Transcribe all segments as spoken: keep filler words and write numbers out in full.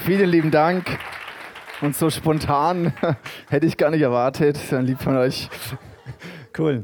Vielen lieben Dank. Und so spontan hätte ich gar nicht erwartet. Lieb von euch. Cool.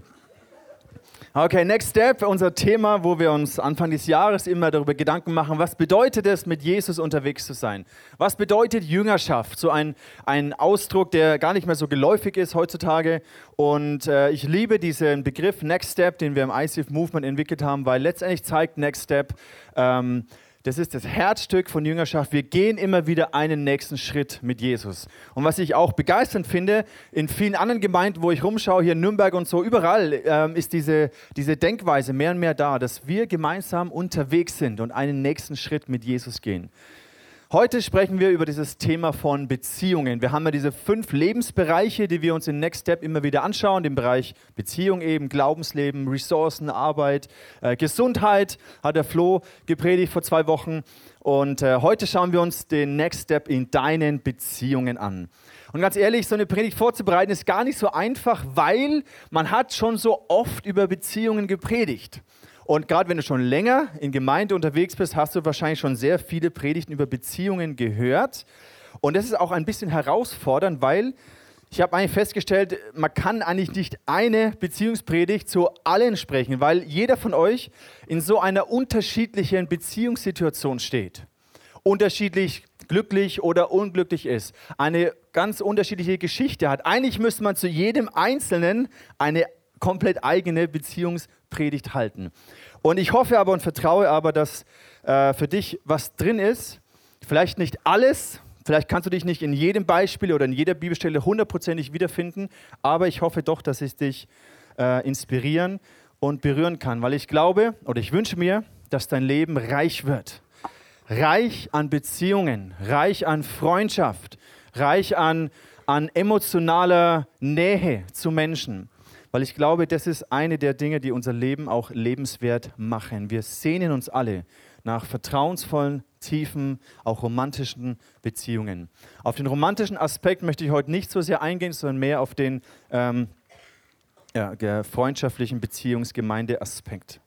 Okay, Next Step, unser Thema, wo wir uns Anfang des Jahres immer darüber Gedanken machen, was bedeutet es, mit Jesus unterwegs zu sein? Was bedeutet Jüngerschaft? So ein, ein Ausdruck, der gar nicht mehr so geläufig ist heutzutage. Und äh, ich liebe diesen Begriff Next Step, den wir im I C F Movement entwickelt haben, weil letztendlich zeigt Next Step, ähm, das ist das Herzstück von Jüngerschaft. Wir gehen immer wieder einen nächsten Schritt mit Jesus. Und was ich auch begeisternd finde, in vielen anderen Gemeinden, wo ich rumschaue, hier in Nürnberg und so, überall ähm, ist diese, diese Denkweise mehr und mehr da, dass wir gemeinsam unterwegs sind und einen nächsten Schritt mit Jesus gehen. Heute sprechen wir über dieses Thema von Beziehungen. Wir haben ja diese fünf Lebensbereiche, die wir uns in Next Step immer wieder anschauen. Den Bereich Beziehung eben, Glaubensleben, Ressourcen, Arbeit, äh, Gesundheit, hat der Flo gepredigt vor zwei Wochen. Und äh, heute schauen wir uns den Next Step in deinen Beziehungen an. Und ganz ehrlich, so eine Predigt vorzubereiten ist gar nicht so einfach, weil man hat schon so oft über Beziehungen gepredigt. Und gerade wenn du schon länger in Gemeinde unterwegs bist, hast du wahrscheinlich schon sehr viele Predigten über Beziehungen gehört. Und das ist auch ein bisschen herausfordernd, weil ich habe eigentlich festgestellt, man kann eigentlich nicht eine Beziehungspredigt zu allen sprechen, weil jeder von euch in so einer unterschiedlichen Beziehungssituation steht. Unterschiedlich glücklich oder unglücklich ist. Eine ganz unterschiedliche Geschichte hat. Eigentlich müsste man zu jedem Einzelnen eine komplett eigene Beziehungspredigt halten. Und ich hoffe aber und vertraue aber, dass äh, für dich was drin ist. Vielleicht nicht alles, vielleicht kannst du dich nicht in jedem Beispiel oder in jeder Bibelstelle hundertprozentig wiederfinden, aber ich hoffe doch, dass ich dich äh, inspirieren und berühren kann, weil ich glaube oder ich wünsche mir, dass dein Leben reich wird. Reich an Beziehungen, reich an Freundschaft, reich an, an emotionaler Nähe zu Menschen. Weil ich glaube, das ist eine der Dinge, die unser Leben auch lebenswert machen. Wir sehnen uns alle nach vertrauensvollen, tiefen, auch romantischen Beziehungen. Auf den romantischen Aspekt möchte ich heute nicht so sehr eingehen, sondern mehr auf den ähm, ja, der freundschaftlichen Beziehungsgemeinde-Aspekt.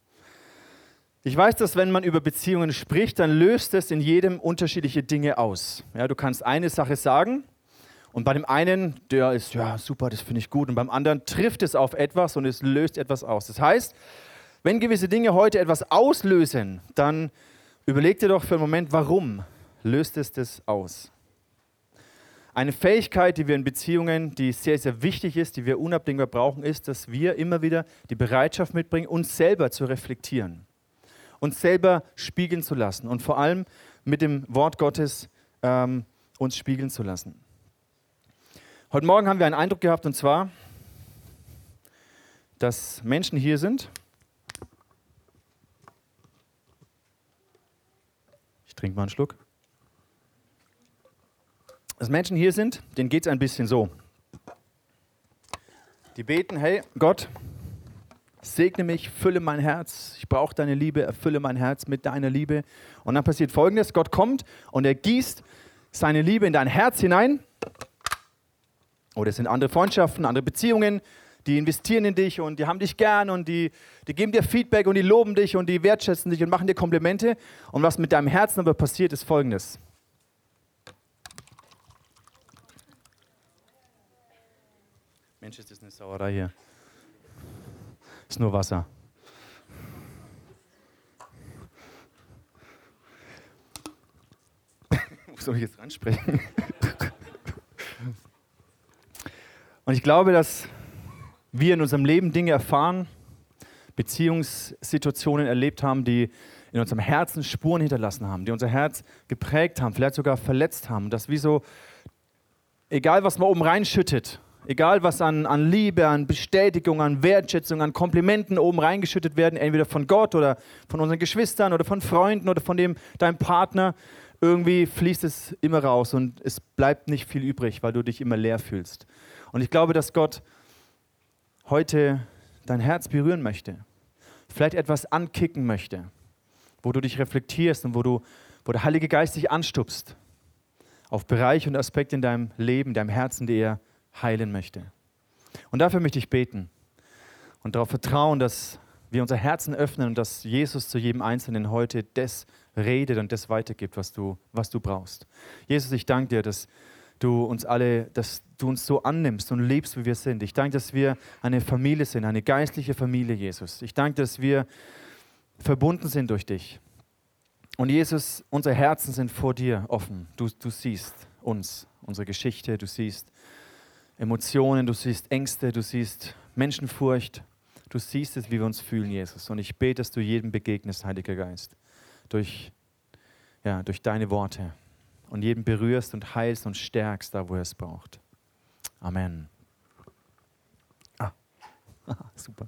Ich weiß, dass wenn man über Beziehungen spricht, dann löst es in jedem unterschiedliche Dinge aus. Ja, du kannst eine Sache sagen, und bei dem einen, der ist, ja super, das finde ich gut. Und beim anderen trifft es auf etwas und es löst etwas aus. Das heißt, wenn gewisse Dinge heute etwas auslösen, dann überleg dir doch für einen Moment, warum löst es das aus? Eine Fähigkeit, die wir in Beziehungen, die sehr, sehr wichtig ist, die wir unabdingbar brauchen, ist, dass wir immer wieder die Bereitschaft mitbringen, uns selber zu reflektieren. Uns selber spiegeln zu lassen und vor allem mit dem Wort Gottes ähm, uns spiegeln zu lassen. Heute Morgen haben wir einen Eindruck gehabt, und zwar, dass Menschen hier sind. Ich trinke mal einen Schluck. Dass Menschen hier sind, denen geht es ein bisschen so. Die beten, hey Gott, segne mich, fülle mein Herz. Ich brauche deine Liebe, erfülle mein Herz mit deiner Liebe. Und dann passiert Folgendes, Gott kommt und er gießt seine Liebe in dein Herz hinein. Oder es sind andere Freundschaften, andere Beziehungen, die investieren in dich und die haben dich gern und die, die geben dir Feedback und die loben dich und die wertschätzen dich und machen dir Komplimente. Und was mit deinem Herzen aber passiert, ist Folgendes. Mensch, ist das eine Sauerei hier. Ist nur Wasser. Wo soll ich jetzt ansprechen? Und ich glaube, dass wir in unserem Leben Dinge erfahren, Beziehungssituationen erlebt haben, die in unserem Herzen Spuren hinterlassen haben, die unser Herz geprägt haben, vielleicht sogar verletzt haben. Dass wie so, egal was man oben reinschüttet, egal was an, an Liebe, an Bestätigung, an Wertschätzung, an Komplimenten oben reingeschüttet werden, entweder von Gott oder von unseren Geschwistern oder von Freunden oder von dem, deinem Partner, irgendwie fließt es immer raus und es bleibt nicht viel übrig, weil du dich immer leer fühlst. Und ich glaube, dass Gott heute dein Herz berühren möchte, vielleicht etwas ankicken möchte, wo du dich reflektierst und wo, du, wo der Heilige Geist dich anstupst auf Bereiche und Aspekte in deinem Leben, deinem Herzen, die er heilen möchte. Und dafür möchte ich beten und darauf vertrauen, dass wir unser Herzen öffnen und dass Jesus zu jedem Einzelnen heute das redet und das weitergibt, was du, was du brauchst. Jesus, ich danke dir, dass du uns alle, dass du uns so annimmst und liebst, wie wir sind. Ich danke, dass wir eine Familie sind, eine geistliche Familie, Jesus. Ich danke, dass wir verbunden sind durch dich. Und Jesus, unsere Herzen sind vor dir offen. Du, du siehst uns, unsere Geschichte, du siehst Emotionen, du siehst Ängste, du siehst Menschenfurcht. Du siehst es, wie wir uns fühlen, Jesus. Und ich bete, dass du jedem begegnest, Heiliger Geist, durch, ja, durch deine Worte. Und jeden berührst und heilst und stärkst da, wo er es braucht. Amen. Ah, super.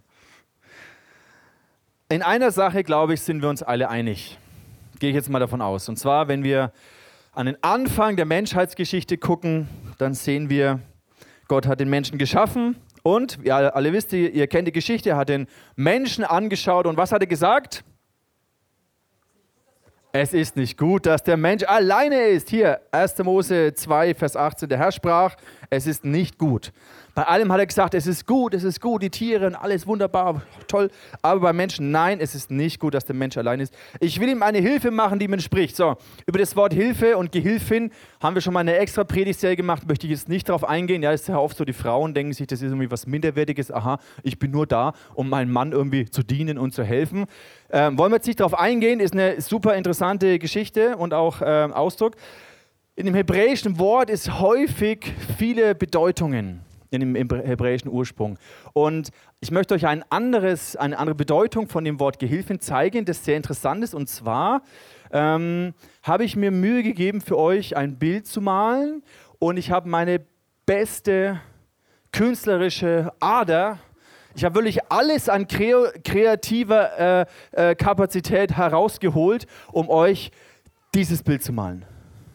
In einer Sache, glaube ich, sind wir uns alle einig. Gehe ich jetzt mal davon aus. Und zwar, wenn wir an den Anfang der Menschheitsgeschichte gucken, dann sehen wir, Gott hat den Menschen geschaffen und, ihr alle wisst, ihr, ihr kennt die Geschichte, er hat den Menschen angeschaut und was hat er gesagt? Es ist nicht gut, dass der Mensch alleine ist. Hier, erster Mose zwei, Vers achtzehn, der Herr sprach, es ist nicht gut. Bei allem hat er gesagt, es ist gut, es ist gut, die Tiere und alles wunderbar, toll. Aber beim Menschen, nein, es ist nicht gut, dass der Mensch allein ist. Ich will ihm eine Hilfe machen, die ihm entspricht. So, über das Wort Hilfe und Gehilfin haben wir schon mal eine extra Predigtserie gemacht, möchte ich jetzt nicht darauf eingehen. Ja, ist ja oft so, die Frauen denken sich, das ist irgendwie was Minderwertiges. Aha, ich bin nur da, um meinem Mann irgendwie zu dienen und zu helfen. Ähm, wollen wir jetzt nicht darauf eingehen, ist eine super interessante Geschichte und auch ähm, Ausdruck. In dem hebräischen Wort ist häufig viele Bedeutungen. In dem hebräischen Ursprung. Und ich möchte euch ein anderes, eine andere Bedeutung von dem Wort Gehilfin zeigen, das sehr interessant ist. Und zwar ähm, habe ich mir Mühe gegeben, für euch ein Bild zu malen. Und ich habe meine beste künstlerische Ader, ich habe wirklich alles an kreativer äh, äh, Kapazität herausgeholt, um euch dieses Bild zu malen.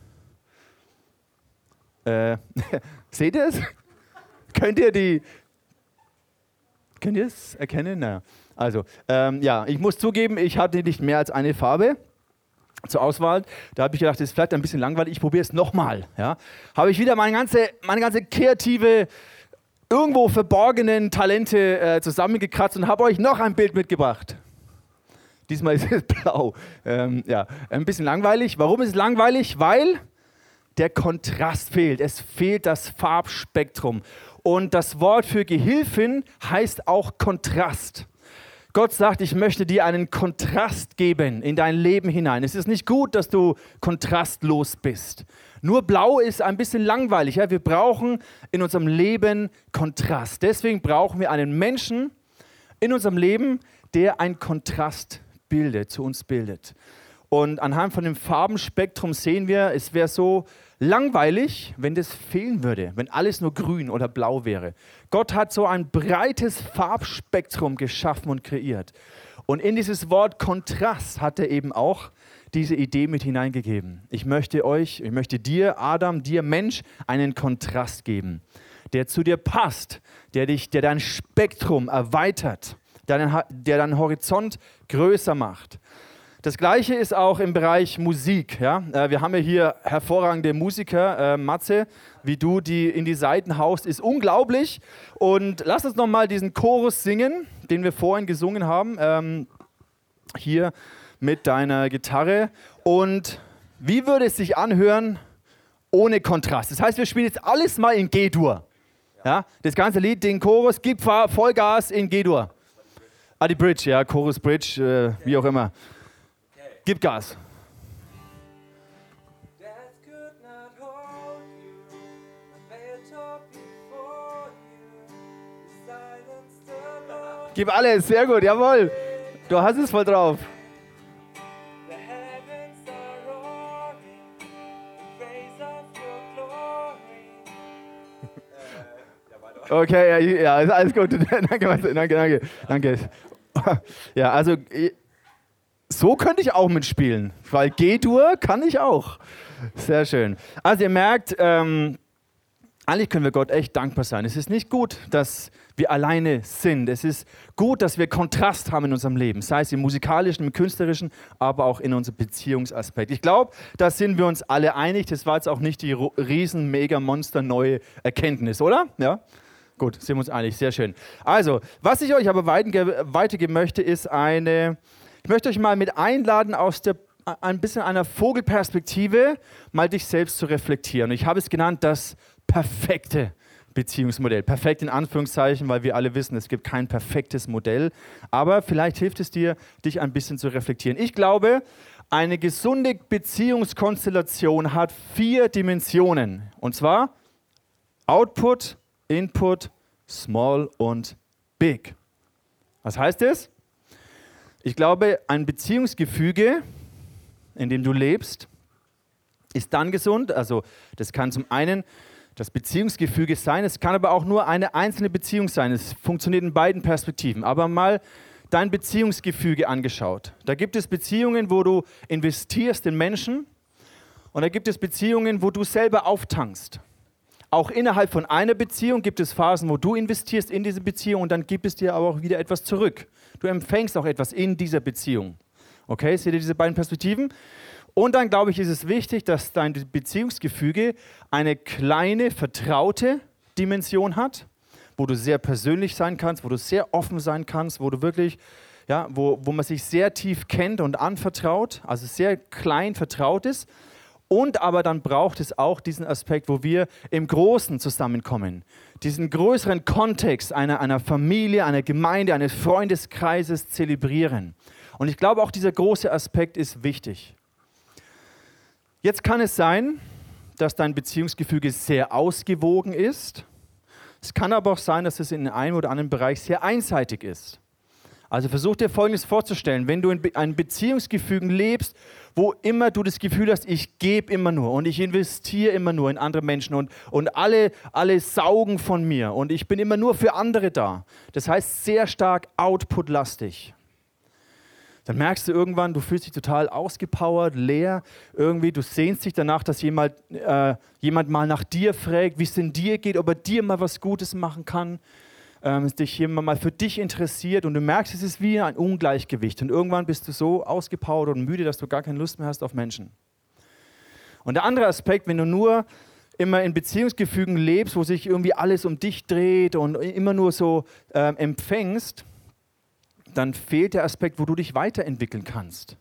Äh, seht ihr es? Könnt ihr die, könnt ihr es erkennen? Naja. Also, ähm, ja, ich muss zugeben, ich hatte nicht mehr als eine Farbe zur Auswahl. Da habe ich gedacht, das ist vielleicht ein bisschen langweilig, ich probiere es nochmal. Ja. Habe ich wieder meine ganze, meine ganze kreative, irgendwo verborgenen Talente äh, zusammengekratzt und habe euch noch ein Bild mitgebracht. Diesmal ist es blau. Ähm, ja, ein bisschen langweilig. Warum ist es langweilig? Weil der Kontrast fehlt. Es fehlt das Farbspektrum. Und das Wort für Gehilfin heißt auch Kontrast. Gott sagt, ich möchte dir einen Kontrast geben in dein Leben hinein. Es ist nicht gut, dass du kontrastlos bist. Nur blau ist ein bisschen langweilig. Ja? Wir brauchen in unserem Leben Kontrast. Deswegen brauchen wir einen Menschen in unserem Leben, der einen Kontrast bildet, zu uns bildet. Und anhand von dem Farbenspektrum sehen wir, es wäre so langweilig, wenn das fehlen würde, wenn alles nur grün oder blau wäre. Gott hat so ein breites Farbspektrum geschaffen und kreiert. Und in dieses Wort Kontrast hat er eben auch diese Idee mit hineingegeben. Ich möchte euch, ich möchte dir, Adam, dir Mensch, einen Kontrast geben, der zu dir passt, der dich, der dein Spektrum erweitert, der deinen, der deinen Horizont größer macht. Das Gleiche ist auch im Bereich Musik. Ja? Wir haben ja hier hervorragende Musiker. Äh, Matze, wie du die in die Saiten haust, ist unglaublich. Und lass uns nochmal diesen Chorus singen, den wir vorhin gesungen haben. Ähm, hier mit deiner Gitarre. Und wie würde es sich anhören ohne Kontrast? Das heißt, wir spielen jetzt alles mal in G-Dur. Ja? Das ganze Lied, den Chorus, gib Vollgas in G-Dur. Ah, die Bridge, ja, Chorus, Bridge, äh, wie auch immer. Gib Gas. Gib alles, sehr gut, jawohl. Du hast es voll drauf. Okay, ja, ja, ist alles gut. danke, danke, danke, danke. Ja, also so könnte ich auch mitspielen, weil G-Dur kann ich auch. Sehr schön. Also ihr merkt, ähm, eigentlich können wir Gott echt dankbar sein. Es ist nicht gut, dass wir alleine sind. Es ist gut, dass wir Kontrast haben in unserem Leben, sei es im musikalischen, im künstlerischen, aber auch in unserem Beziehungsaspekt. Ich glaube, da sind wir uns alle einig. Das war jetzt auch nicht die riesen, mega, monster neue Erkenntnis, oder? Ja? Gut, sind wir uns einig, sehr schön. Also, was ich euch aber weitergeben möchte, ist eine, ich möchte euch mal mit einladen, aus der, ein bisschen einer Vogelperspektive mal dich selbst zu reflektieren. Ich habe es genannt, das perfekte Beziehungsmodell. Perfekt in Anführungszeichen, weil wir alle wissen, es gibt kein perfektes Modell. Aber vielleicht hilft es dir, dich ein bisschen zu reflektieren. Ich glaube, eine gesunde Beziehungskonstellation hat vier Dimensionen. Und zwar Output, Input, Small und Big. Was heißt das? Ich glaube, ein Beziehungsgefüge, in dem du lebst, ist dann gesund. Also das kann zum einen das Beziehungsgefüge sein, es kann aber auch nur eine einzelne Beziehung sein. Es funktioniert in beiden Perspektiven. Aber mal dein Beziehungsgefüge angeschaut. Da gibt es Beziehungen, wo du investierst in Menschen und da gibt es Beziehungen, wo du selber auftankst. Auch innerhalb von einer Beziehung gibt es Phasen, wo du investierst in diese Beziehung und dann gibt es dir aber auch wieder etwas zurück. Du empfängst auch etwas in dieser Beziehung. Okay, seht ihr diese beiden Perspektiven? Und dann, glaube ich, ist es wichtig, dass dein Beziehungsgefüge eine kleine, vertraute Dimension hat, wo du sehr persönlich sein kannst, wo du sehr offen sein kannst, wo du wirklich, ja, wo, wo man sich sehr tief kennt und anvertraut, also sehr klein vertraut ist. Und aber dann braucht es auch diesen Aspekt, wo wir im Großen zusammenkommen. Diesen größeren Kontext einer, einer Familie, einer Gemeinde, eines Freundeskreises zelebrieren. Und ich glaube, auch dieser große Aspekt ist wichtig. Jetzt kann es sein, dass dein Beziehungsgefüge sehr ausgewogen ist. Es kann aber auch sein, dass es in einem oder anderen Bereich sehr einseitig ist. Also versuch dir Folgendes vorzustellen, wenn du in einem Beziehungsgefüge lebst, wo immer du das Gefühl hast, ich gebe immer nur und ich investiere immer nur in andere Menschen und, und alle, alle saugen von mir und ich bin immer nur für andere da. Das heißt sehr stark outputlastig. Dann merkst du irgendwann, du fühlst dich total ausgepowert, leer, irgendwie, du sehnst dich danach, dass jemand, äh, jemand mal nach dir fragt, wie es denn dir geht, ob er dir mal was Gutes machen kann. Ähm, dich jemand mal für dich interessiert und du merkst, es ist wie ein Ungleichgewicht und irgendwann bist du so ausgepowert und müde, dass du gar keine Lust mehr hast auf Menschen. Und der andere Aspekt, wenn du nur immer in Beziehungsgefügen lebst, wo sich irgendwie alles um dich dreht und immer nur so ähm, empfängst, dann fehlt der Aspekt, wo du dich weiterentwickeln kannst,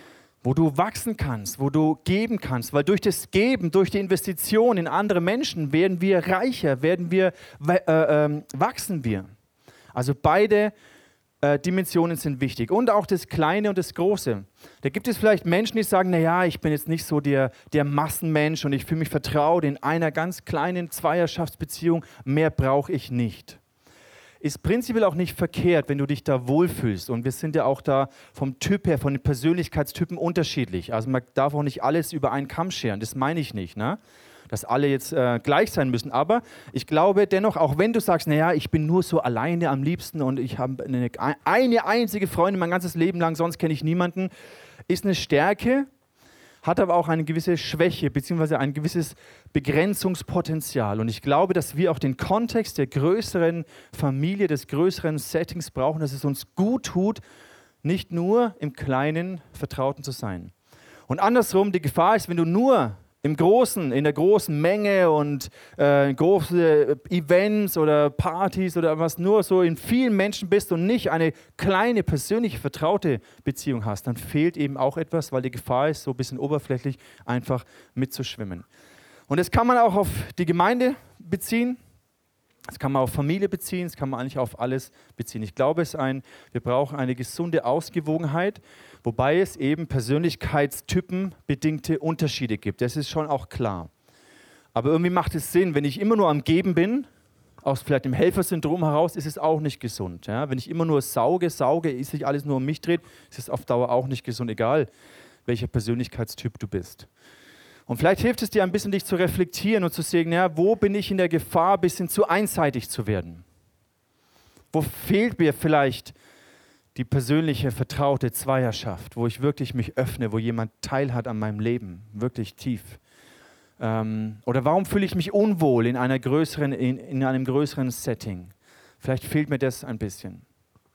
wo du wachsen kannst, wo du geben kannst, weil durch das Geben, durch die Investition in andere Menschen werden wir reicher, werden wir, äh, äh, wachsen wir. Also beide äh, Dimensionen sind wichtig und auch das Kleine und das Große. Da gibt es vielleicht Menschen, die sagen, naja, ich bin jetzt nicht so der, der Massenmensch und ich fühle mich vertraut in einer ganz kleinen Zweierschaftsbeziehung, mehr brauche ich nicht. Ist prinzipiell auch nicht verkehrt, wenn du dich da wohlfühlst. Und wir sind ja auch da vom Typ her, von den Persönlichkeitstypen unterschiedlich. Also man darf auch nicht alles über einen Kamm scheren, das meine ich nicht, ne? Dass alle jetzt äh, gleich sein müssen. Aber ich glaube dennoch, auch wenn du sagst, naja, ich bin nur so alleine am liebsten und ich habe eine, eine einzige Freundin mein ganzes Leben lang, sonst kenne ich niemanden, ist eine Stärke, hat aber auch eine gewisse Schwäche bzw. ein gewisses Begrenzungspotenzial. Und ich glaube, dass wir auch den Kontext der größeren Familie, des größeren Settings brauchen, dass es uns gut tut, nicht nur im Kleinen Vertrauten zu sein. Und andersrum, die Gefahr ist, wenn du nur im Großen, in der großen Menge und äh, große Events oder Partys oder was nur so in vielen Menschen bist und nicht eine kleine, persönliche, vertraute Beziehung hast, dann fehlt eben auch etwas, weil die Gefahr ist, so ein bisschen oberflächlich einfach mitzuschwimmen. Und das kann man auch auf die Gemeinde beziehen, das kann man auf Familie beziehen, das kann man eigentlich auf alles beziehen. Ich glaube, es ist ein, wir brauchen eine gesunde Ausgewogenheit, wobei es eben Persönlichkeitstypen bedingte Unterschiede gibt. Das ist schon auch klar. Aber irgendwie macht es Sinn, wenn ich immer nur am Geben bin, aus vielleicht dem Helfersyndrom heraus, ist es auch nicht gesund. Ja? Wenn ich immer nur sauge, sauge, ist sich alles nur um mich dreht, ist es auf Dauer auch nicht gesund, egal welcher Persönlichkeitstyp du bist. Und vielleicht hilft es dir ein bisschen, dich zu reflektieren und zu sehen, ja, wo bin ich in der Gefahr, ein bisschen zu einseitig zu werden? Wo fehlt mir vielleicht die persönliche, vertraute Zweierschaft, wo ich wirklich mich öffne, wo jemand teilhat an meinem Leben, wirklich tief? Ähm, oder warum fühle ich mich unwohl in, einer größeren, in, in einem größeren Setting? Vielleicht fehlt mir das ein bisschen.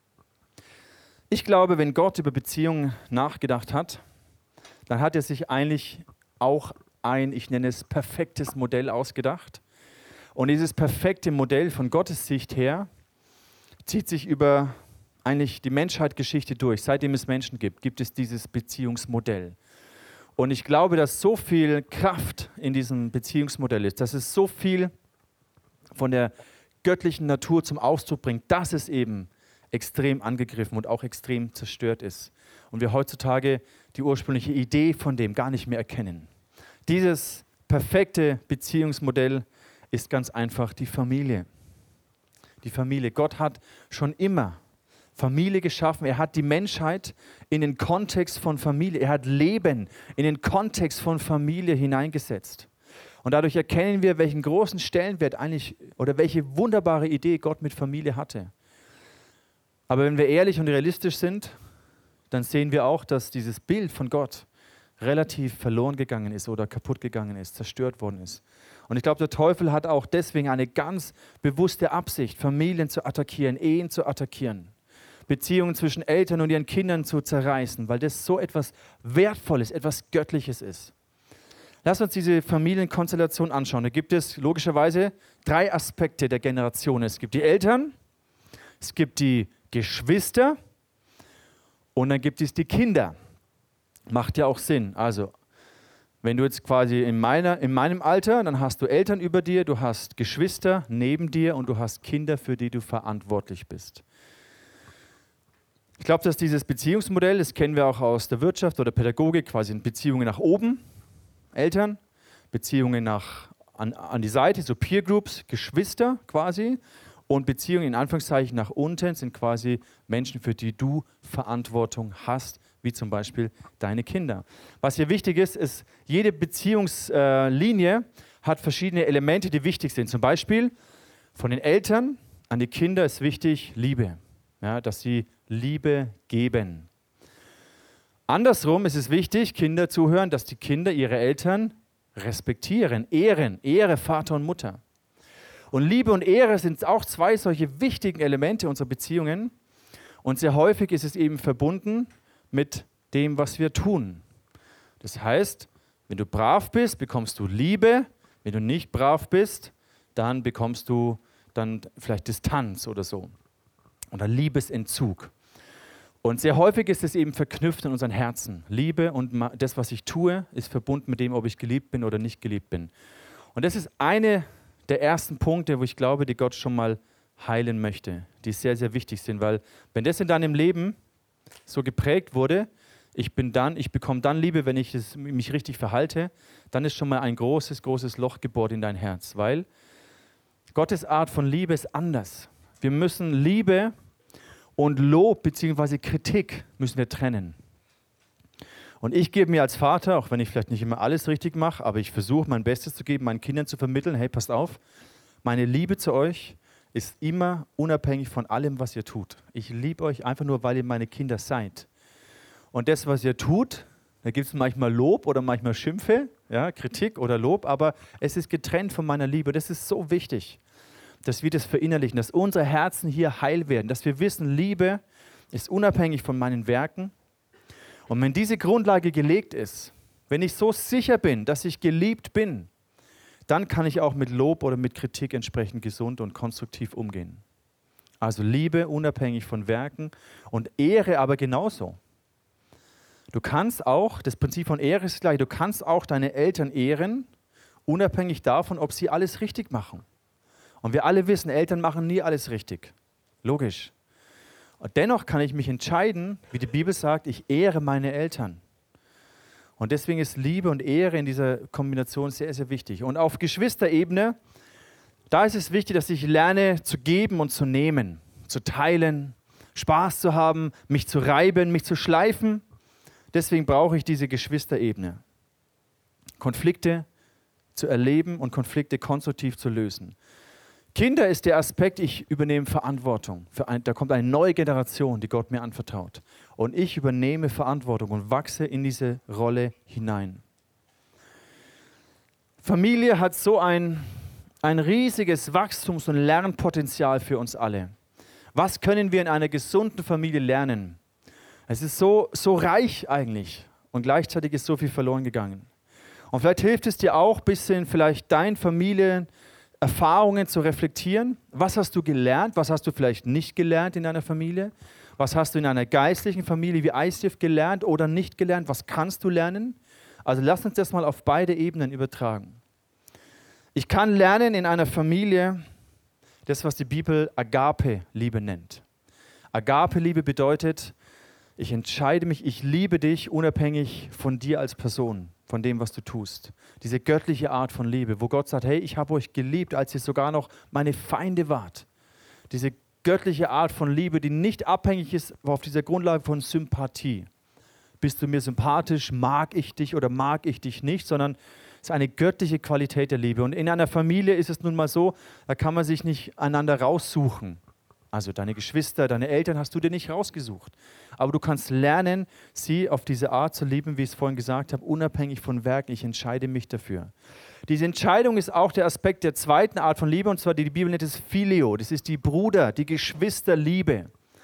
Ich glaube, wenn Gott über Beziehungen nachgedacht hat, dann hat er sich eigentlich auch ein, ich nenne es, perfektes Modell ausgedacht. Und dieses perfekte Modell von Gottes Sicht her zieht sich über eigentlich die Menschheitsgeschichte durch. Seitdem es Menschen gibt, gibt es dieses Beziehungsmodell. Und ich glaube, dass so viel Kraft in diesem Beziehungsmodell ist, dass es so viel von der göttlichen Natur zum Ausdruck bringt, dass es eben extrem angegriffen und auch extrem zerstört ist. Und wir heutzutage die ursprüngliche Idee von dem gar nicht mehr erkennen. Dieses perfekte Beziehungsmodell ist ganz einfach die Familie. Die Familie. Gott hat schon immer Familie geschaffen. Er hat die Menschheit in den Kontext von Familie, er hat Leben in den Kontext von Familie hineingesetzt. Und dadurch erkennen wir, welchen großen Stellenwert eigentlich oder welche wunderbare Idee Gott mit Familie hatte. Aber wenn wir ehrlich und realistisch sind, dann sehen wir auch, dass dieses Bild von Gott relativ verloren gegangen ist oder kaputt gegangen ist, zerstört worden ist. Und ich glaube, der Teufel hat auch deswegen eine ganz bewusste Absicht, Familien zu attackieren, Ehen zu attackieren, Beziehungen zwischen Eltern und ihren Kindern zu zerreißen, weil das so etwas Wertvolles, etwas Göttliches ist. Lass uns diese Familienkonstellation anschauen. Da gibt es logischerweise drei Aspekte der Generation. Es gibt die Eltern, es gibt die Geschwister und dann gibt es die Kinder. Macht ja auch Sinn. Also, wenn du jetzt quasi in, meiner, in meinem Alter, dann hast du Eltern über dir, du hast Geschwister neben dir und du hast Kinder, für die du verantwortlich bist. Ich glaube, dass dieses Beziehungsmodell, das kennen wir auch aus der Wirtschaft oder Pädagogik, quasi in Beziehungen nach oben, Eltern, Beziehungen nach, an, an die Seite, so Peer Groups, Geschwister quasi, und Beziehungen in Anführungszeichen nach unten sind quasi Menschen, für die du Verantwortung hast, wie zum Beispiel deine Kinder. Was hier wichtig ist, ist, jede Beziehungslinie hat verschiedene Elemente, die wichtig sind. Zum Beispiel von den Eltern an die Kinder ist wichtig Liebe, ja, dass sie Liebe geben. Andersrum ist es wichtig, Kinder zuhören, dass die Kinder ihre Eltern respektieren, ehren, Ehre Vater und Mutter. Und Liebe und Ehre sind auch zwei solche wichtigen Elemente unserer Beziehungen. Und sehr häufig ist es eben verbunden mit dem, was wir tun. Das heißt, wenn du brav bist, bekommst du Liebe. Wenn du nicht brav bist, dann bekommst du dann vielleicht Distanz oder so. Oder Liebesentzug. Und sehr häufig ist es eben verknüpft in unseren Herzen. Liebe und das, was ich tue, ist verbunden mit dem, ob ich geliebt bin oder nicht geliebt bin. Und das ist eine der ersten Punkte, wo ich glaube, die Gott schon mal heilen möchte, die sehr, sehr wichtig sind. Weil wenn das in deinem Leben so geprägt wurde, ich bin dann, ich bekomme dann Liebe, wenn ich es, mich richtig verhalte, dann ist schon mal ein großes, großes Loch gebohrt in dein Herz. Weil Gottes Art von Liebe ist anders. Wir müssen Liebe und Lob bzw. Kritik müssen wir trennen. Und ich gebe mir als Vater, auch wenn ich vielleicht nicht immer alles richtig mache, aber ich versuche mein Bestes zu geben, meinen Kindern zu vermitteln, hey, passt auf, meine Liebe zu euch ist immer unabhängig von allem, was ihr tut. Ich liebe euch einfach nur, weil ihr meine Kinder seid. Und das, was ihr tut, da gibt es manchmal Lob oder manchmal Schimpfe, ja, Kritik oder Lob, aber es ist getrennt von meiner Liebe. Das ist so wichtig, dass wir das verinnerlichen, dass unsere Herzen hier heil werden, dass wir wissen, Liebe ist unabhängig von meinen Werken. Und wenn diese Grundlage gelegt ist, wenn ich so sicher bin, dass ich geliebt bin, dann kann ich auch mit Lob oder mit Kritik entsprechend gesund und konstruktiv umgehen. Also Liebe unabhängig von Werken und Ehre aber genauso. Du kannst auch, das Prinzip von Ehre ist gleich, du kannst auch deine Eltern ehren, unabhängig davon, ob sie alles richtig machen. Und wir alle wissen, Eltern machen nie alles richtig. Logisch. Und dennoch kann ich mich entscheiden, wie die Bibel sagt, ich ehre meine Eltern. Und deswegen ist Liebe und Ehre in dieser Kombination sehr, sehr wichtig. Und auf Geschwisterebene, da ist es wichtig, dass ich lerne zu geben und zu nehmen, zu teilen, Spaß zu haben, mich zu reiben, mich zu schleifen. Deswegen brauche ich diese Geschwisterebene. Konflikte zu erleben und Konflikte konstruktiv zu lösen. Kinder ist der Aspekt, ich übernehme Verantwortung. Für ein, da kommt eine neue Generation, die Gott mir anvertraut. Und ich übernehme Verantwortung und wachse in diese Rolle hinein. Familie hat so ein, ein riesiges Wachstums- und Lernpotenzial für uns alle. Was können wir in einer gesunden Familie lernen? Es ist so, so reich eigentlich und gleichzeitig ist so viel verloren gegangen. Und vielleicht hilft es dir auch ein bisschen, vielleicht dein Familien Erfahrungen zu reflektieren. Was hast du gelernt? Was hast du vielleicht nicht gelernt in deiner Familie? Was hast du in einer geistlichen Familie wie I C F gelernt oder nicht gelernt? Was kannst du lernen? Also lass uns das mal auf beide Ebenen übertragen. Ich kann lernen in einer Familie das, was die Bibel Agape-Liebe nennt. Agape-Liebe bedeutet, ich entscheide mich, ich liebe dich unabhängig von dir als Person, von dem, was du tust. Diese göttliche Art von Liebe, wo Gott sagt, hey, ich habe euch geliebt, als ihr sogar noch meine Feinde wart. Diese göttliche Art von Liebe, die nicht abhängig ist auf dieser Grundlage von Sympathie. Bist du mir sympathisch, mag ich dich oder mag ich dich nicht, sondern es ist eine göttliche Qualität der Liebe. Und in einer Familie ist es nun mal so, da kann man sich nicht einander raussuchen. Also deine Geschwister, deine Eltern hast du dir nicht rausgesucht. Aber du kannst lernen, sie auf diese Art zu lieben, wie ich es vorhin gesagt habe, unabhängig von Werken. Ich entscheide mich dafür. Diese Entscheidung ist auch der Aspekt der zweiten Art von Liebe, und zwar die, die Bibel nennt es Phileo. Das ist die Bruder-, die Geschwisterliebe.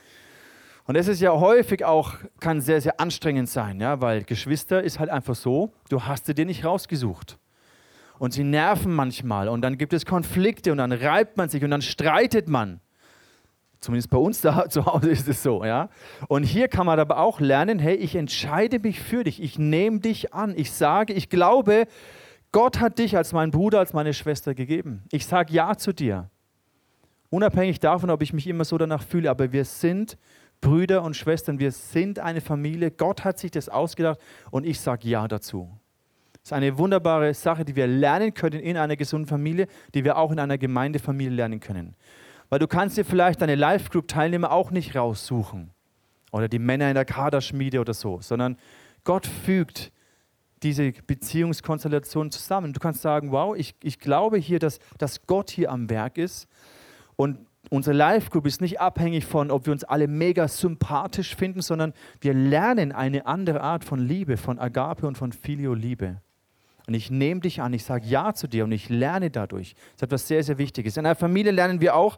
Und das ist ja häufig auch, kann sehr, sehr anstrengend sein, ja, weil Geschwister ist halt einfach so, du hast sie dir nicht rausgesucht. Und sie nerven manchmal und dann gibt es Konflikte und dann reibt man sich und dann streitet man. Zumindest bei uns da zu Hause ist es so, ja. Und hier kann man aber auch lernen, hey, ich entscheide mich für dich, ich nehme dich an, ich sage, ich glaube, Gott hat dich als meinen Bruder, als meine Schwester gegeben. Ich sage Ja zu dir. Unabhängig davon, ob ich mich immer so danach fühle, aber wir sind Brüder und Schwestern, wir sind eine Familie. Gott hat sich das ausgedacht und ich sage Ja dazu. Das ist eine wunderbare Sache, die wir lernen können in einer gesunden Familie, die wir auch in einer Gemeindefamilie lernen können. Weil du kannst dir vielleicht deine Live-Group-Teilnehmer auch nicht raussuchen oder die Männer in der Kaderschmiede oder so, sondern Gott fügt diese Beziehungskonstellation zusammen. Du kannst sagen, wow, ich, ich glaube hier, dass, dass Gott hier am Werk ist und unsere Live-Group ist nicht abhängig von, ob wir uns alle mega sympathisch finden, sondern wir lernen eine andere Art von Liebe, von Agape und von Filio-Liebe. Und ich nehme dich an, ich sage Ja zu dir und ich lerne dadurch. Das ist etwas sehr, sehr Wichtiges. In einer Familie lernen wir auch,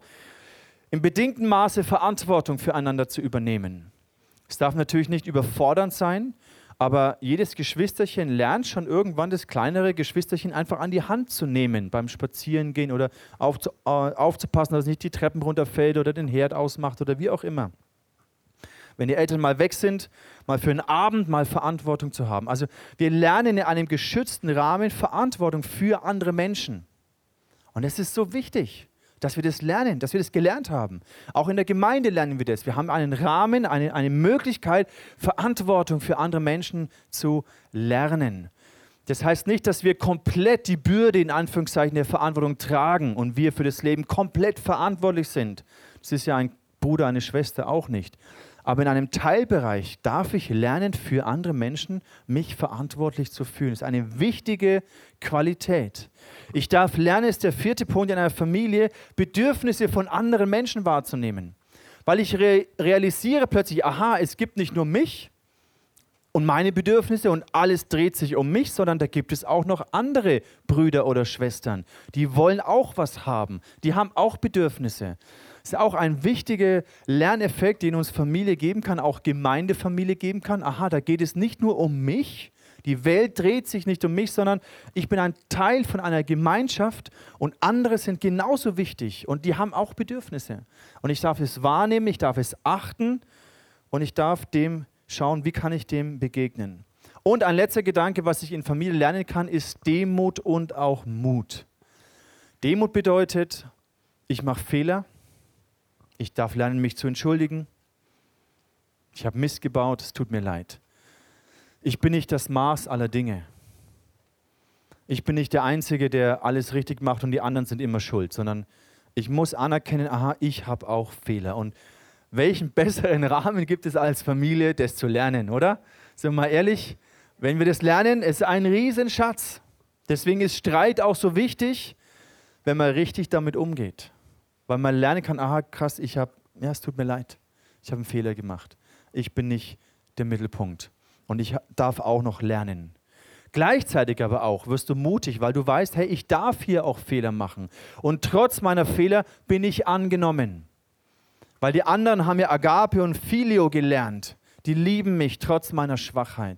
im bedingten Maße Verantwortung füreinander zu übernehmen. Es darf natürlich nicht überfordernd sein, aber jedes Geschwisterchen lernt schon irgendwann das kleinere Geschwisterchen einfach an die Hand zu nehmen beim Spazierengehen oder aufzu, äh, aufzupassen, dass es nicht die Treppen runterfällt oder den Herd ausmacht oder wie auch immer. Wenn die Eltern mal weg sind, mal für einen Abend mal Verantwortung zu haben. Also wir lernen in einem geschützten Rahmen Verantwortung für andere Menschen. Und es ist so wichtig, dass wir das lernen, dass wir das gelernt haben. Auch in der Gemeinde lernen wir das. Wir haben einen Rahmen, eine, eine Möglichkeit, Verantwortung für andere Menschen zu lernen. Das heißt nicht, dass wir komplett die Bürde in Anführungszeichen der Verantwortung tragen und wir für das Leben komplett verantwortlich sind. Das ist ja ein Bruder, eine Schwester auch nicht. Aber in einem Teilbereich darf ich lernen, für andere Menschen mich verantwortlich zu fühlen. Das ist eine wichtige Qualität. Ich darf lernen, ist der vierte Punkt in einer Familie, Bedürfnisse von anderen Menschen wahrzunehmen. Weil ich re- realisiere plötzlich, aha, es gibt nicht nur mich und meine Bedürfnisse und alles dreht sich um mich, sondern da gibt es auch noch andere Brüder oder Schwestern. Die wollen auch was haben. Die haben auch Bedürfnisse. Das ist auch ein wichtiger Lerneffekt, den uns Familie geben kann, auch Gemeindefamilie geben kann. Aha, da geht es nicht nur um mich, die Welt dreht sich nicht um mich, sondern ich bin ein Teil von einer Gemeinschaft und andere sind genauso wichtig und die haben auch Bedürfnisse. Und ich darf es wahrnehmen, ich darf es achten und ich darf dem schauen, wie kann ich dem begegnen. Und ein letzter Gedanke, was ich in Familie lernen kann, ist Demut und auch Mut. Demut bedeutet, ich mache Fehler. Ich darf lernen, mich zu entschuldigen. Ich habe Mist gebaut, es tut mir leid. Ich bin nicht das Maß aller Dinge. Ich bin nicht der Einzige, der alles richtig macht und die anderen sind immer schuld, sondern ich muss anerkennen, aha, ich habe auch Fehler. Und welchen besseren Rahmen gibt es als Familie, das zu lernen, oder? Sind wir mal ehrlich, wenn wir das lernen, ist ein Riesenschatz. Deswegen ist Streit auch so wichtig, wenn man richtig damit umgeht. Weil man lernen kann, aha, krass, ich habe, ja, es tut mir leid, ich habe einen Fehler gemacht. Ich bin nicht der Mittelpunkt und ich darf auch noch lernen. Gleichzeitig aber auch wirst du mutig, weil du weißt, hey, ich darf hier auch Fehler machen. Und trotz meiner Fehler bin ich angenommen. Weil die anderen haben ja Agape und Filio gelernt. Die lieben mich trotz meiner Schwachheit.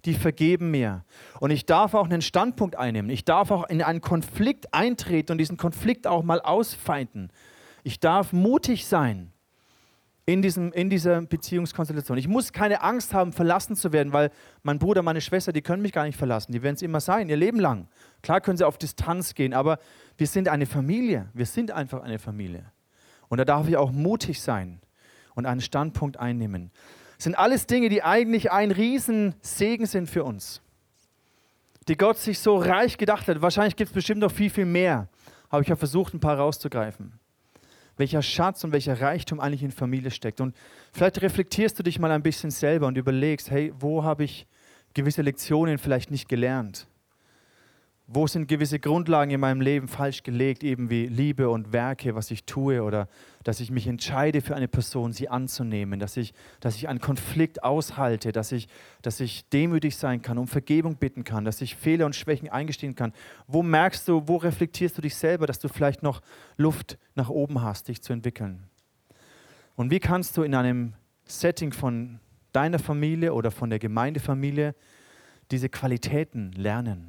die vergeben mir. Und ich darf auch einen Standpunkt einnehmen. Ich darf auch in einen Konflikt eintreten und diesen Konflikt auch mal ausfeinden. Ich darf mutig sein in, diesem, in dieser Beziehungskonstellation. Ich muss keine Angst haben, verlassen zu werden, weil mein Bruder, meine Schwester, die können mich gar nicht verlassen. Die werden es immer sein, ihr Leben lang. Klar können sie auf Distanz gehen, aber wir sind eine Familie. Wir sind einfach eine Familie. Und da darf ich auch mutig sein und einen Standpunkt einnehmen. Das sind alles Dinge, die eigentlich ein Riesensegen sind für uns. Die Gott sich so reich gedacht hat. Wahrscheinlich gibt es bestimmt noch viel, viel mehr. Aber ich habe versucht, ein paar rauszugreifen. Welcher Schatz und welcher Reichtum eigentlich in Familie steckt. Und vielleicht reflektierst du dich mal ein bisschen selber und überlegst, hey, wo habe ich gewisse Lektionen vielleicht nicht gelernt? Wo sind gewisse Grundlagen in meinem Leben falsch gelegt, eben wie Liebe und Werke, was ich tue, oder dass ich mich entscheide für eine Person, sie anzunehmen, dass ich, dass ich einen Konflikt aushalte, dass ich, dass ich demütig sein kann, um Vergebung bitten kann, dass ich Fehler und Schwächen eingestehen kann. Wo merkst du, wo reflektierst du dich selber, dass du vielleicht noch Luft nach oben hast, dich zu entwickeln? Und wie kannst du in einem Setting von deiner Familie oder von der Gemeindefamilie diese Qualitäten lernen?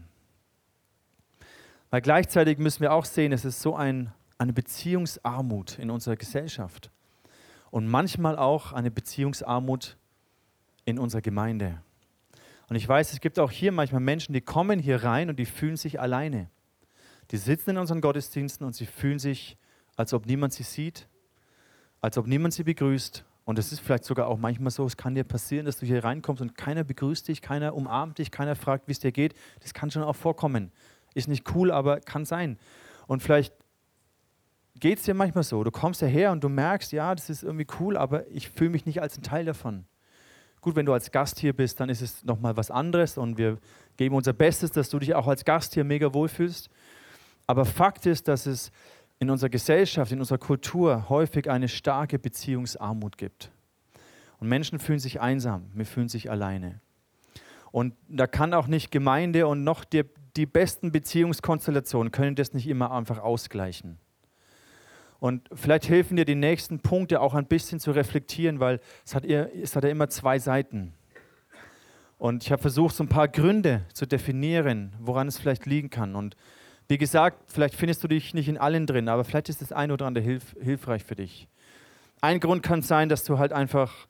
Weil gleichzeitig müssen wir auch sehen, es ist so ein, eine Beziehungsarmut in unserer Gesellschaft und manchmal auch eine Beziehungsarmut in unserer Gemeinde. Und ich weiß, es gibt auch hier manchmal Menschen, die kommen hier rein und die fühlen sich alleine. Die sitzen in unseren Gottesdiensten und sie fühlen sich, als ob niemand sie sieht, als ob niemand sie begrüßt. Und es ist vielleicht sogar auch manchmal so, es kann dir passieren, dass du hier reinkommst und keiner begrüßt dich, keiner umarmt dich, keiner fragt, wie es dir geht. Das kann schon auch vorkommen. Ist nicht cool, aber kann sein. Und vielleicht geht es dir manchmal so. Du kommst hierher und du merkst, ja, das ist irgendwie cool, aber ich fühle mich nicht als ein Teil davon. Gut, wenn du als Gast hier bist, dann ist es nochmal was anderes und wir geben unser Bestes, dass du dich auch als Gast hier mega wohlfühlst. Aber Fakt ist, dass es in unserer Gesellschaft, in unserer Kultur häufig eine starke Beziehungsarmut gibt. Und Menschen fühlen sich einsam, wir fühlen sich alleine. Und da kann auch nicht Gemeinde und noch die, die besten Beziehungskonstellationen können das nicht immer einfach ausgleichen. Und vielleicht helfen dir die nächsten Punkte auch ein bisschen zu reflektieren, weil es hat, eher, es hat ja immer zwei Seiten. Und ich habe versucht, so ein paar Gründe zu definieren, woran es vielleicht liegen kann. Und wie gesagt, vielleicht findest du dich nicht in allen drin, aber vielleicht ist das ein oder andere hilf, hilfreich für dich. Ein Grund kann sein, dass du halt einfach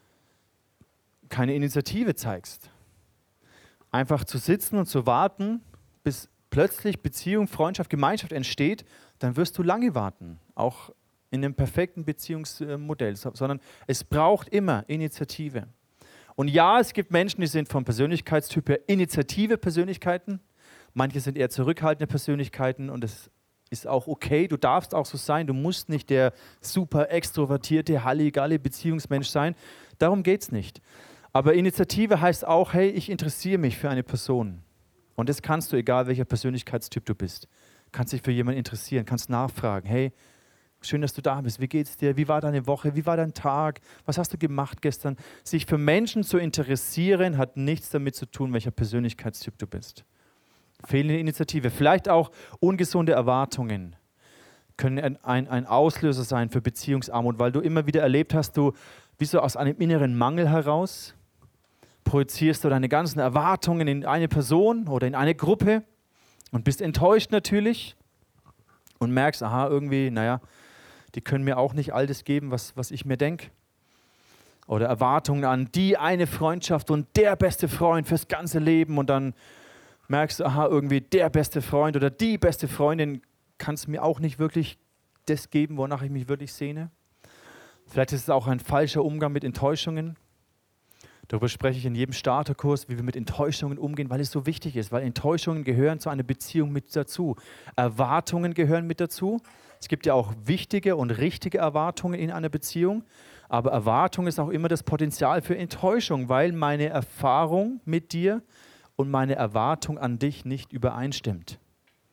keine Initiative zeigst. Einfach zu sitzen und zu warten, bis plötzlich Beziehung, Freundschaft, Gemeinschaft entsteht, dann wirst du lange warten. Auch in einem perfekten Beziehungsmodell. Sondern es braucht immer Initiative. Und ja, es gibt Menschen, die sind vom Persönlichkeitstyp her initiative Persönlichkeiten. Manche sind eher zurückhaltende Persönlichkeiten und das ist auch okay. Du darfst auch so sein. Du musst nicht der super extrovertierte, halligalli Beziehungsmensch sein. Darum geht es nicht. Aber Initiative heißt auch, hey, ich interessiere mich für eine Person. Und das kannst du, egal welcher Persönlichkeitstyp du bist. Kannst dich für jemanden interessieren, kannst nachfragen, hey, schön, dass du da bist, wie geht's dir, wie war deine Woche, wie war dein Tag, was hast du gemacht gestern? Sich für Menschen zu interessieren, hat nichts damit zu tun, welcher Persönlichkeitstyp du bist. Fehlende Initiative, vielleicht auch ungesunde Erwartungen können ein, ein Auslöser sein für Beziehungsarmut, weil du immer wieder erlebt hast, du, wie so aus einem inneren Mangel heraus, projizierst du deine ganzen Erwartungen in eine Person oder in eine Gruppe und bist enttäuscht natürlich und merkst, aha, irgendwie, naja, die können mir auch nicht all das geben, was, was ich mir denke. Oder Erwartungen an die eine Freundschaft und der beste Freund fürs ganze Leben und dann merkst du, aha, irgendwie der beste Freund oder die beste Freundin kann es mir auch nicht wirklich das geben, wonach ich mich wirklich sehne. Vielleicht ist es auch ein falscher Umgang mit Enttäuschungen. Darüber spreche ich in jedem Starterkurs, wie wir mit Enttäuschungen umgehen, weil es so wichtig ist, weil Enttäuschungen gehören zu einer Beziehung mit dazu. Erwartungen gehören mit dazu. Es gibt ja auch wichtige und richtige Erwartungen in einer Beziehung, aber Erwartung ist auch immer das Potenzial für Enttäuschung, weil meine Erfahrung mit dir und meine Erwartung an dich nicht übereinstimmt.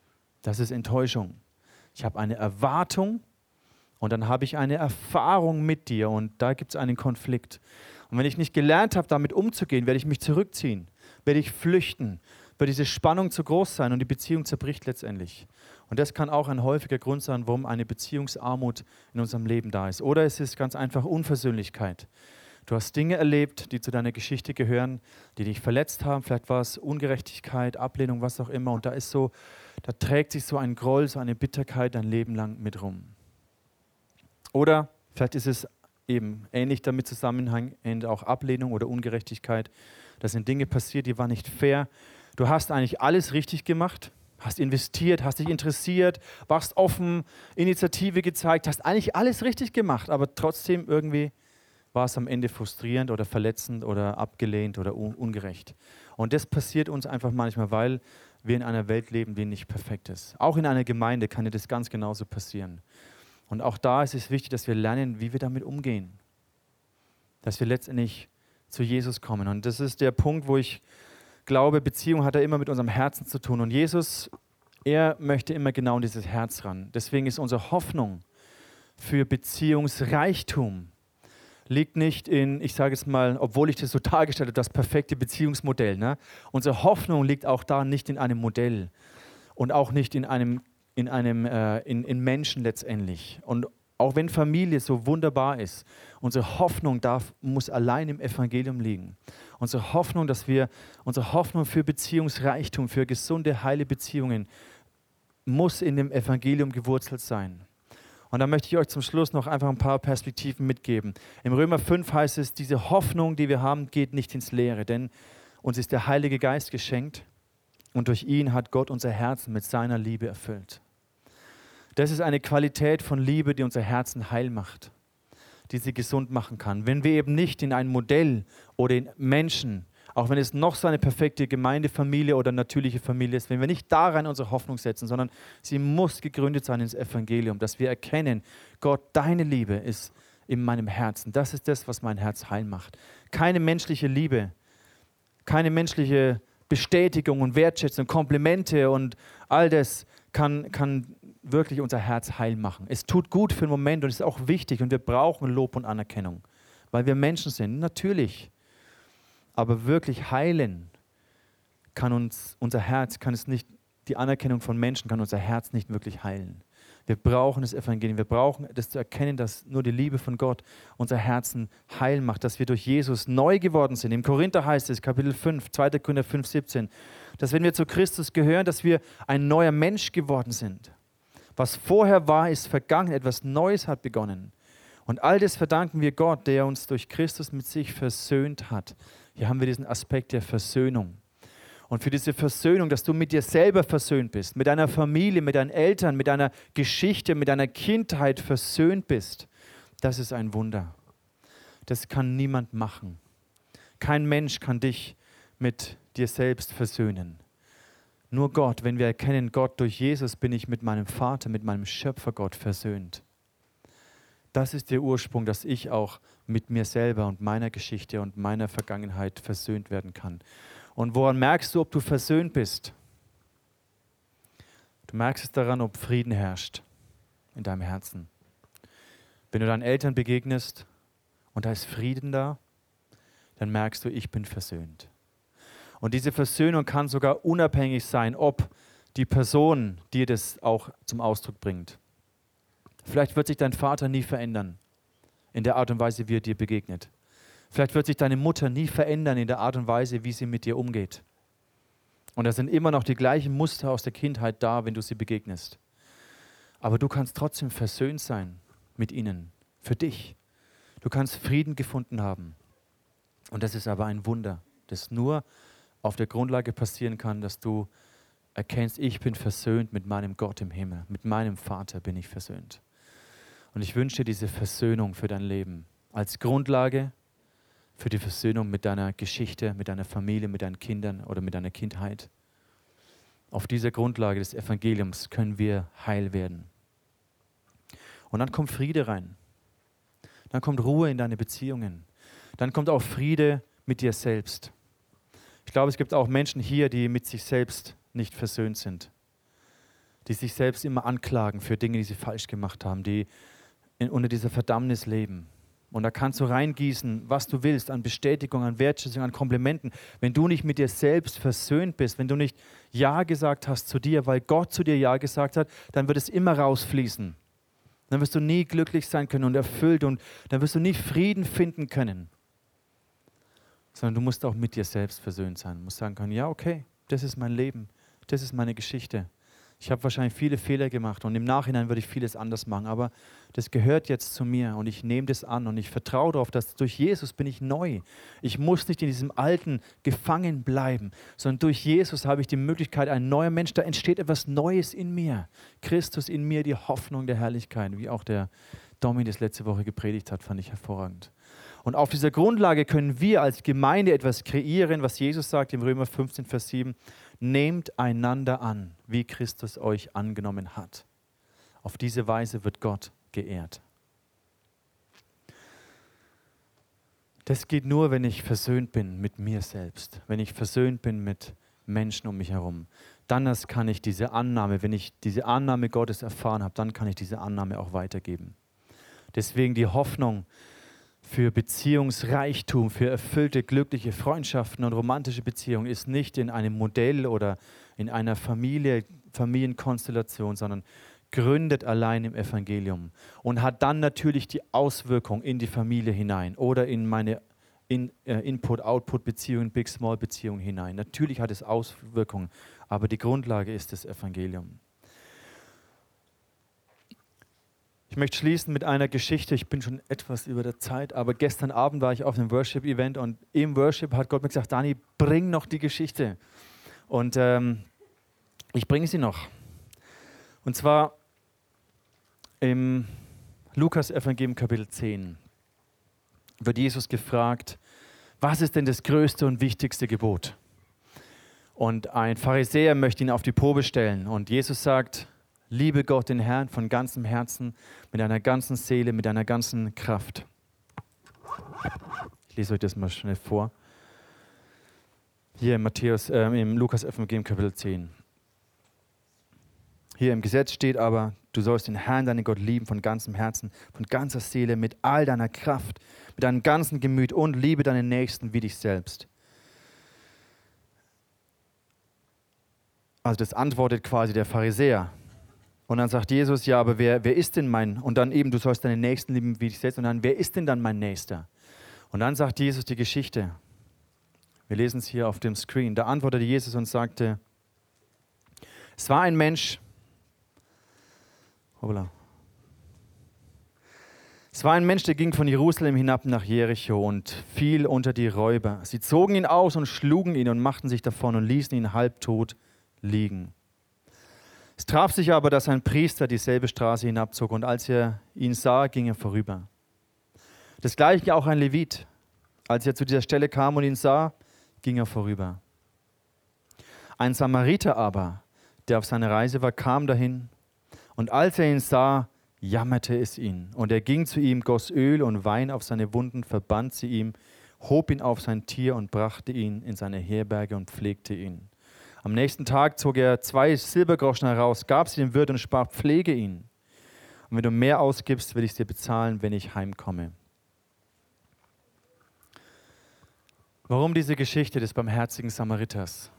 Das ist Enttäuschung. Ich habe eine Erwartung und dann habe ich eine Erfahrung mit dir und da gibt es einen Konflikt. Und wenn ich nicht gelernt habe, damit umzugehen, werde ich mich zurückziehen, werde ich flüchten, wird diese Spannung zu groß sein und die Beziehung zerbricht letztendlich. Und das kann auch ein häufiger Grund sein, warum eine Beziehungsarmut in unserem Leben da ist. Oder es ist ganz einfach Unversöhnlichkeit. Du hast Dinge erlebt, die zu deiner Geschichte gehören, die dich verletzt haben. Vielleicht war es Ungerechtigkeit, Ablehnung, was auch immer. Und da ist so, da trägt sich so ein Groll, so eine Bitterkeit dein Leben lang mit rum. Oder vielleicht ist es eben ähnlich damit zusammenhängend auch Ablehnung oder Ungerechtigkeit. Da sind Dinge passiert, die waren nicht fair. Du hast eigentlich alles richtig gemacht, hast investiert, hast dich interessiert, warst offen, Initiative gezeigt, hast eigentlich alles richtig gemacht, aber trotzdem irgendwie war es am Ende frustrierend oder verletzend oder abgelehnt oder un- ungerecht. Und das passiert uns einfach manchmal, weil wir in einer Welt leben, die nicht perfekt ist. Auch in einer Gemeinde kann dir das ganz genauso passieren. Und auch da ist es wichtig, dass wir lernen, wie wir damit umgehen. Dass wir letztendlich zu Jesus kommen. Und das ist der Punkt, wo ich glaube, Beziehung hat ja immer mit unserem Herzen zu tun. Und Jesus, er möchte immer genau in dieses Herz ran. Deswegen ist unsere Hoffnung für Beziehungsreichtum liegt nicht in, ich sage es mal, obwohl ich das so dargestellt habe, das perfekte Beziehungsmodell. Ne? Unsere Hoffnung liegt auch da nicht in einem Modell und auch nicht in einem, in einem, äh, in, in Menschen letztendlich. Und auch wenn Familie so wunderbar ist, unsere Hoffnung darf, muss allein im Evangelium liegen. Unsere Hoffnung, dass wir, unsere Hoffnung für Beziehungsreichtum, für gesunde, heile Beziehungen muss in dem Evangelium gewurzelt sein. Und da möchte ich euch zum Schluss noch einfach ein paar Perspektiven mitgeben. Im Römer fünf heißt es, diese Hoffnung, die wir haben, geht nicht ins Leere, denn uns ist der Heilige Geist geschenkt und durch ihn hat Gott unser Herzen mit seiner Liebe erfüllt. Das ist eine Qualität von Liebe, die unser Herzen heil macht, die sie gesund machen kann. Wenn wir eben nicht in ein Modell oder in Menschen, auch wenn es noch so eine perfekte Gemeindefamilie oder natürliche Familie ist, wenn wir nicht daran unsere Hoffnung setzen, sondern sie muss gegründet sein ins Evangelium, dass wir erkennen, Gott, deine Liebe ist in meinem Herzen. Das ist das, was mein Herz heil macht. Keine menschliche Liebe, keine menschliche Bestätigung und Wertschätzung, Komplimente und all das kann, kann wirklich unser Herz heil machen. Es tut gut für einen Moment und ist auch wichtig und wir brauchen Lob und Anerkennung, weil wir Menschen sind, natürlich. Aber wirklich heilen kann uns unser Herz, kann es nicht, die Anerkennung von Menschen kann unser Herz nicht wirklich heilen. Wir brauchen das Evangelium, wir brauchen das zu erkennen, dass nur die Liebe von Gott unser Herzen heil macht, dass wir durch Jesus neu geworden sind. Im Korinther heißt es, Kapitel fünf, zweiter Korinther fünf, siebzehn, dass wenn wir zu Christus gehören, dass wir ein neuer Mensch geworden sind. Was vorher war, ist vergangen, etwas Neues hat begonnen. Und all das verdanken wir Gott, der uns durch Christus mit sich versöhnt hat. Hier haben wir diesen Aspekt der Versöhnung. Und für diese Versöhnung, dass du mit dir selber versöhnt bist, mit deiner Familie, mit deinen Eltern, mit deiner Geschichte, mit deiner Kindheit versöhnt bist, das ist ein Wunder. Das kann niemand machen. Kein Mensch kann dich mit dir selbst versöhnen. Nur Gott, wenn wir erkennen, Gott, durch Jesus bin ich mit meinem Vater, mit meinem Schöpfergott versöhnt. Das ist der Ursprung, dass ich auch mit mir selber und meiner Geschichte und meiner Vergangenheit versöhnt werden kann. Und woran merkst du, ob du versöhnt bist? Du merkst es daran, ob Frieden herrscht in deinem Herzen. Wenn du deinen Eltern begegnest und da ist Frieden da, dann merkst du, ich bin versöhnt. Und diese Versöhnung kann sogar unabhängig sein, ob die Person dir das auch zum Ausdruck bringt. Vielleicht wird sich dein Vater nie verändern in der Art und Weise, wie er dir begegnet. Vielleicht wird sich deine Mutter nie verändern in der Art und Weise, wie sie mit dir umgeht. Und da sind immer noch die gleichen Muster aus der Kindheit da, wenn du sie begegnest. Aber du kannst trotzdem versöhnt sein mit ihnen, für dich. Du kannst Frieden gefunden haben. Und das ist aber ein Wunder, das nur auf der Grundlage passieren kann, dass du erkennst, ich bin versöhnt mit meinem Gott im Himmel, mit meinem Vater bin ich versöhnt. Und ich wünsche dir diese Versöhnung für dein Leben als Grundlage für die Versöhnung mit deiner Geschichte, mit deiner Familie, mit deinen Kindern oder mit deiner Kindheit. Auf dieser Grundlage des Evangeliums können wir heil werden. Und dann kommt Friede rein. Dann kommt Ruhe in deine Beziehungen. Dann kommt auch Friede mit dir selbst. Ich glaube, es gibt auch Menschen hier, die mit sich selbst nicht versöhnt sind. Die sich selbst immer anklagen für Dinge, die sie falsch gemacht haben, die in, unter dieser Verdammnis leben. Und da kannst du reingießen, was du willst, an Bestätigung, an Wertschätzung, an Komplimenten. Wenn du nicht mit dir selbst versöhnt bist, wenn du nicht Ja gesagt hast zu dir, weil Gott zu dir Ja gesagt hat, dann wird es immer rausfließen. Dann wirst du nie glücklich sein können und erfüllt und dann wirst du nie Frieden finden können. sondern du musst auch mit dir selbst versöhnt sein. Du musst sagen können, ja, okay, das ist mein Leben, das ist meine Geschichte. Ich habe wahrscheinlich viele Fehler gemacht und im Nachhinein würde ich vieles anders machen, aber das gehört jetzt zu mir und ich nehme das an und ich vertraue darauf, dass durch Jesus bin ich neu. Ich muss nicht in diesem Alten gefangen bleiben, sondern durch Jesus habe ich die Möglichkeit, ein neuer Mensch, da entsteht etwas Neues in mir. Christus in mir, die Hoffnung der Herrlichkeit, wie auch der Domi das letzte Woche gepredigt hat, fand ich hervorragend. Und auf dieser Grundlage können wir als Gemeinde etwas kreieren, was Jesus sagt im Römer fünfzehn, Vers sieben, nehmt einander an, wie Christus euch angenommen hat. Auf diese Weise wird Gott geehrt. Das geht nur, wenn ich versöhnt bin mit mir selbst, wenn ich versöhnt bin mit Menschen um mich herum. Dann erst kann ich diese Annahme, wenn ich diese Annahme Gottes erfahren habe, dann kann ich diese Annahme auch weitergeben. Deswegen die Hoffnung für Beziehungsreichtum, für erfüllte, glückliche Freundschaften und romantische Beziehungen ist nicht in einem Modell oder in einer Familie, Familienkonstellation, sondern gründet allein im Evangelium und hat dann natürlich die Auswirkung in die Familie hinein oder in meine in, äh, Input-Output-Beziehungen, Big-Small-Beziehungen hinein. Natürlich hat es Auswirkungen, aber die Grundlage ist das Evangelium. Ich möchte schließen mit einer Geschichte. Ich bin schon etwas über der Zeit, aber gestern Abend war ich auf einem Worship-Event und im Worship hat Gott mir gesagt, Dani, bring noch die Geschichte. Und ähm, ich bringe sie noch. Und zwar im Lukas-Evangelium Kapitel zehn wird Jesus gefragt, was ist denn das größte und wichtigste Gebot? Und ein Pharisäer möchte ihn auf die Probe stellen und Jesus sagt, liebe Gott, den Herrn, von ganzem Herzen, mit deiner ganzen Seele, mit deiner ganzen Kraft. Ich lese euch das mal schnell vor. Hier im Matthäus, äh, im Lukas-Evangelium Kapitel zehn. Hier im Gesetz steht aber, du sollst den Herrn, deinen Gott lieben, von ganzem Herzen, von ganzer Seele, mit all deiner Kraft, mit deinem ganzen Gemüt und liebe deinen Nächsten wie dich selbst. Also das antwortet quasi der Pharisäer. Und dann sagt Jesus, ja, aber wer, wer ist denn mein, und dann eben, du sollst deinen Nächsten lieben wie dich selbst, und dann, wer ist denn dann mein Nächster? Und dann sagt Jesus die Geschichte. Wir lesen es hier auf dem Screen. Da antwortete Jesus und sagte, es war ein Mensch, hoppla. Es war ein Mensch, der ging von Jerusalem hinab nach Jericho und fiel unter die Räuber. Sie zogen ihn aus und schlugen ihn und machten sich davon und ließen ihn halbtot liegen. Es traf sich aber, dass ein Priester dieselbe Straße hinabzog und als er ihn sah, ging er vorüber. Desgleichen auch ein Levit. Als er zu dieser Stelle kam und ihn sah, ging er vorüber. Ein Samariter aber, der auf seiner Reise war, kam dahin und als er ihn sah, jammerte es ihn. Und er ging zu ihm, goss Öl und Wein auf seine Wunden, verband sie ihm, hob ihn auf sein Tier und brachte ihn in seine Herberge und pflegte ihn. Am nächsten Tag zog er zwei Silbergroschen heraus, gab sie dem Wirt und sprach, pflege ihn. Und wenn du mehr ausgibst, will ich es dir bezahlen, wenn ich heimkomme. Warum diese Geschichte des barmherzigen Samariters?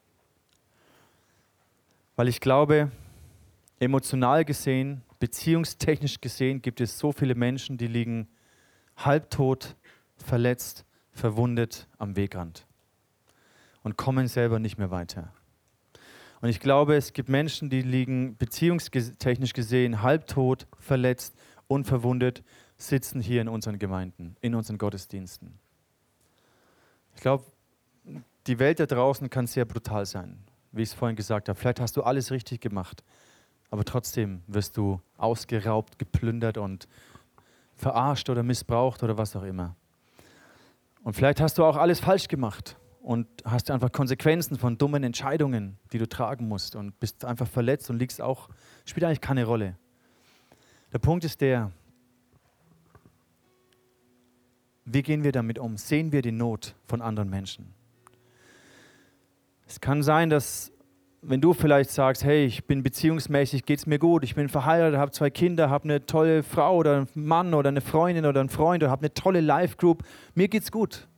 Weil ich glaube, emotional gesehen, beziehungstechnisch gesehen, gibt es so viele Menschen, die liegen halbtot, verletzt, verwundet am Wegrand und kommen selber nicht mehr weiter. Und ich glaube, es gibt Menschen, die liegen beziehungstechnisch gesehen halbtot, verletzt und verwundet, sitzen hier in unseren Gemeinden, in unseren Gottesdiensten. Ich glaube, die Welt da draußen kann sehr brutal sein, wie ich es vorhin gesagt habe. Vielleicht hast du alles richtig gemacht, aber trotzdem wirst du ausgeraubt, geplündert und verarscht oder missbraucht oder was auch immer. Und vielleicht hast du auch alles falsch gemacht und hast einfach Konsequenzen von dummen Entscheidungen, die du tragen musst und bist einfach verletzt und liegst auch, spielt eigentlich keine Rolle. Der Punkt ist der, wie gehen wir damit um? Sehen wir die Not von anderen Menschen? Es kann sein, dass wenn du vielleicht sagst, hey, ich bin beziehungsmäßig, geht es mir gut, ich bin verheiratet, habe zwei Kinder, habe eine tolle Frau oder einen Mann oder eine Freundin oder einen Freund oder habe eine tolle Life-Group, mir geht's gut.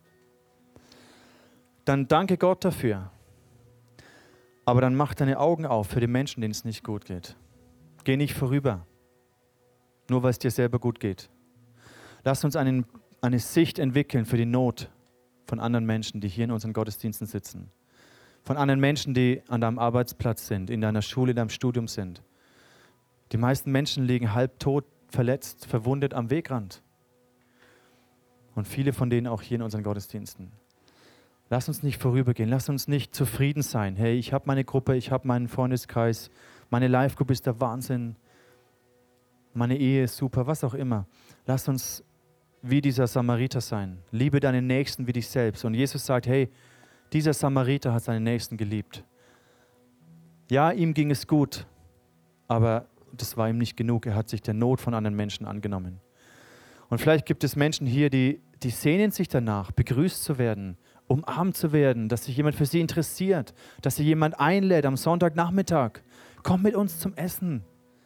Dann danke Gott dafür. Aber dann mach deine Augen auf für die Menschen, denen es nicht gut geht. Geh nicht vorüber, nur weil es dir selber gut geht. Lass uns einen, eine Sicht entwickeln für die Not von anderen Menschen, die hier in unseren Gottesdiensten sitzen. Von anderen Menschen, die an deinem Arbeitsplatz sind, in deiner Schule, in deinem Studium sind. Die meisten Menschen liegen halbtot, verletzt, verwundet am Wegrand. Und viele von denen auch hier in unseren Gottesdiensten. Lass uns nicht vorübergehen, lass uns nicht zufrieden sein. Hey, ich habe meine Gruppe, ich habe meinen Freundeskreis, meine Live-Gruppe ist der Wahnsinn, meine Ehe ist super, was auch immer. Lass uns wie dieser Samariter sein. Liebe deinen Nächsten wie dich selbst. Und Jesus sagt, hey, dieser Samariter hat seinen Nächsten geliebt. Ja, ihm ging es gut, aber das war ihm nicht genug. Er hat sich der Not von anderen Menschen angenommen. Und vielleicht gibt es Menschen hier, die, die sehnen sich danach, begrüßt zu werden, umarmt zu werden, dass sich jemand für sie interessiert, dass sie jemand einlädt am Sonntagnachmittag. Komm mit uns zum Essen.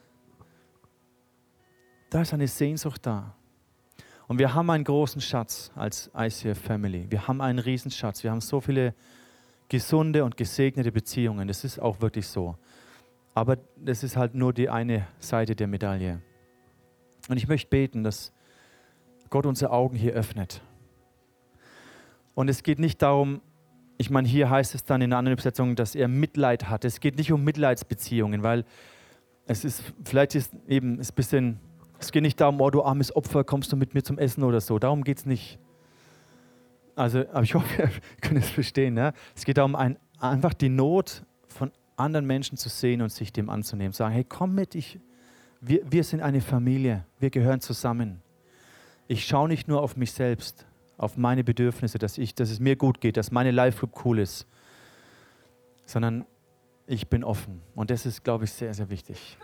Da ist eine Sehnsucht da. Und wir haben einen großen Schatz als I C F Family. Wir haben einen Riesenschatz. Wir haben so viele gesunde und gesegnete Beziehungen. Das ist auch wirklich so. Aber das ist halt nur die eine Seite der Medaille. Und ich möchte beten, dass Gott unsere Augen hier öffnet. Und es geht nicht darum, ich meine, hier heißt es dann in einer anderen Übersetzung, dass er Mitleid hat. Es geht nicht um Mitleidsbeziehungen, weil es ist, vielleicht ist eben ein bisschen, es geht nicht darum, oh du armes Opfer, kommst du mit mir zum Essen oder so. Darum geht es nicht. Also, aber ich hoffe, ihr könnt es verstehen. Ja? Es geht darum, ein, einfach die Not von anderen Menschen zu sehen und sich dem anzunehmen. Sagen, hey, komm mit, ich, wir, wir sind eine Familie, wir gehören zusammen. Ich schaue nicht nur auf mich selbst, auf meine Bedürfnisse, dass, ich, dass es mir gut geht, dass meine Life-Group cool ist, sondern ich bin offen. Und das ist, glaube ich, sehr, sehr wichtig.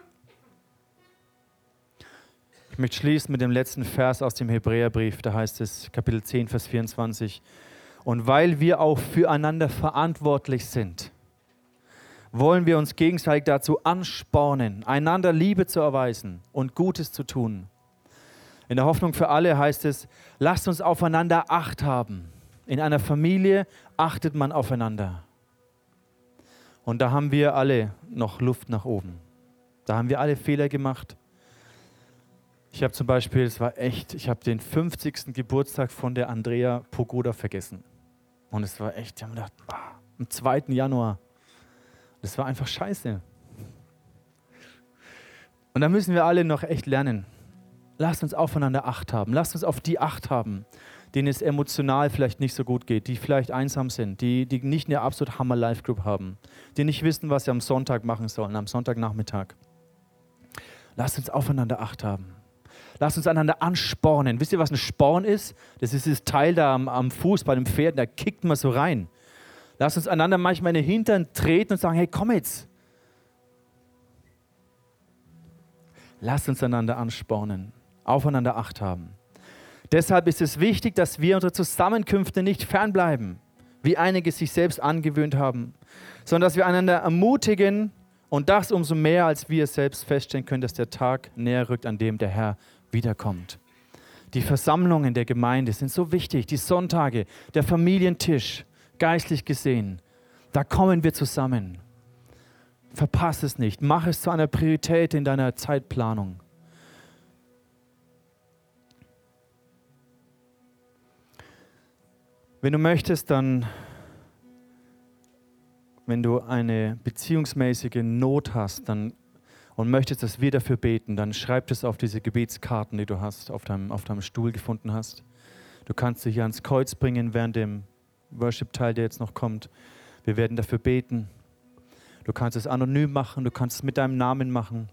Ich möchte schließen mit dem letzten Vers aus dem Hebräerbrief. Da heißt es, Kapitel zehn, Vers vierundzwanzig. Und weil wir auch füreinander verantwortlich sind, wollen wir uns gegenseitig dazu anspornen, einander Liebe zu erweisen und Gutes zu tun. In der Hoffnung für alle heißt es, lasst uns aufeinander Acht haben. In einer Familie achtet man aufeinander. Und da haben wir alle noch Luft nach oben. Da haben wir alle Fehler gemacht. Ich habe zum Beispiel, es war echt, ich habe den fünfzigsten Geburtstag von der Andrea Pogoda vergessen. Und es war echt, ich habe gedacht, ah, am zweiten Januar. Das war einfach scheiße. Und da müssen wir alle noch echt lernen. Lasst uns aufeinander Acht haben. Lasst uns auf die Acht haben, denen es emotional vielleicht nicht so gut geht, die vielleicht einsam sind, die, die nicht eine absolut Hammer-Life-Group haben, die nicht wissen, was sie am Sonntag machen sollen, am Sonntagnachmittag. Lasst uns aufeinander Acht haben. Lasst uns einander anspornen. Wisst ihr, was ein Sporn ist? Das ist das Teil da am, am Fuß bei dem Pferd, da kickt man so rein. Lasst uns einander manchmal in den Hintern treten und sagen, hey, komm jetzt. Lasst uns einander anspornen, aufeinander Acht haben. Deshalb ist es wichtig, dass wir unsere Zusammenkünfte nicht fernbleiben, wie einige sich selbst angewöhnt haben, sondern dass wir einander ermutigen und das umso mehr, als wir selbst feststellen können, dass der Tag näher rückt, an dem der Herr wiederkommt. Die Versammlungen der Gemeinde sind so wichtig, die Sonntage, der Familientisch, geistlich gesehen, da kommen wir zusammen. Verpass es nicht, mach es zu einer Priorität in deiner Zeitplanung. Wenn du möchtest, dann, wenn du eine beziehungsmäßige Not hast dann, und möchtest, dass wir dafür beten, dann schreib es auf diese Gebetskarten, die du hast, auf deinem, auf deinem Stuhl gefunden hast. Du kannst sie hier ans Kreuz bringen während dem Worship-Teil, der jetzt noch kommt. Wir werden dafür beten. Du kannst es anonym machen, du kannst es mit deinem Namen machen.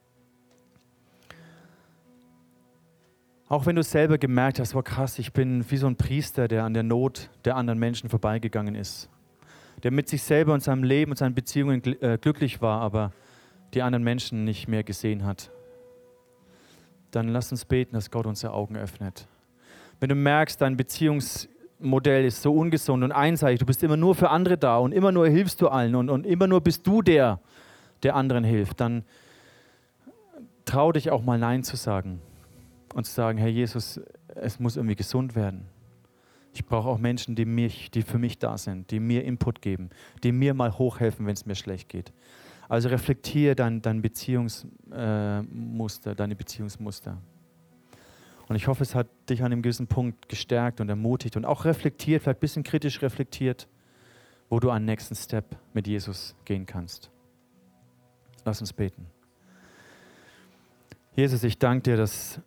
Auch wenn du selber gemerkt hast, wow krass, ich bin wie so ein Priester, der an der Not der anderen Menschen vorbeigegangen ist. Der mit sich selber und seinem Leben und seinen Beziehungen gl- äh, glücklich war, aber die anderen Menschen nicht mehr gesehen hat. Dann lass uns beten, dass Gott unsere Augen öffnet. Wenn du merkst, dein Beziehungsmodell ist so ungesund und einseitig, du bist immer nur für andere da und immer nur hilfst du allen und, und immer nur bist du der, der anderen hilft, dann trau dich auch mal Nein zu sagen und zu sagen, Herr Jesus, es muss irgendwie gesund werden. Ich brauche auch Menschen, die, mich, die für mich da sind, die mir Input geben, die mir mal hochhelfen, wenn es mir schlecht geht. Also reflektiere dein, dein Beziehungsmuster, äh, deine Beziehungsmuster. Und ich hoffe, es hat dich an einem gewissen Punkt gestärkt und ermutigt und auch reflektiert, vielleicht ein bisschen kritisch reflektiert, wo du einen nächsten Step mit Jesus gehen kannst. Lass uns beten. Jesus, ich danke dir, dass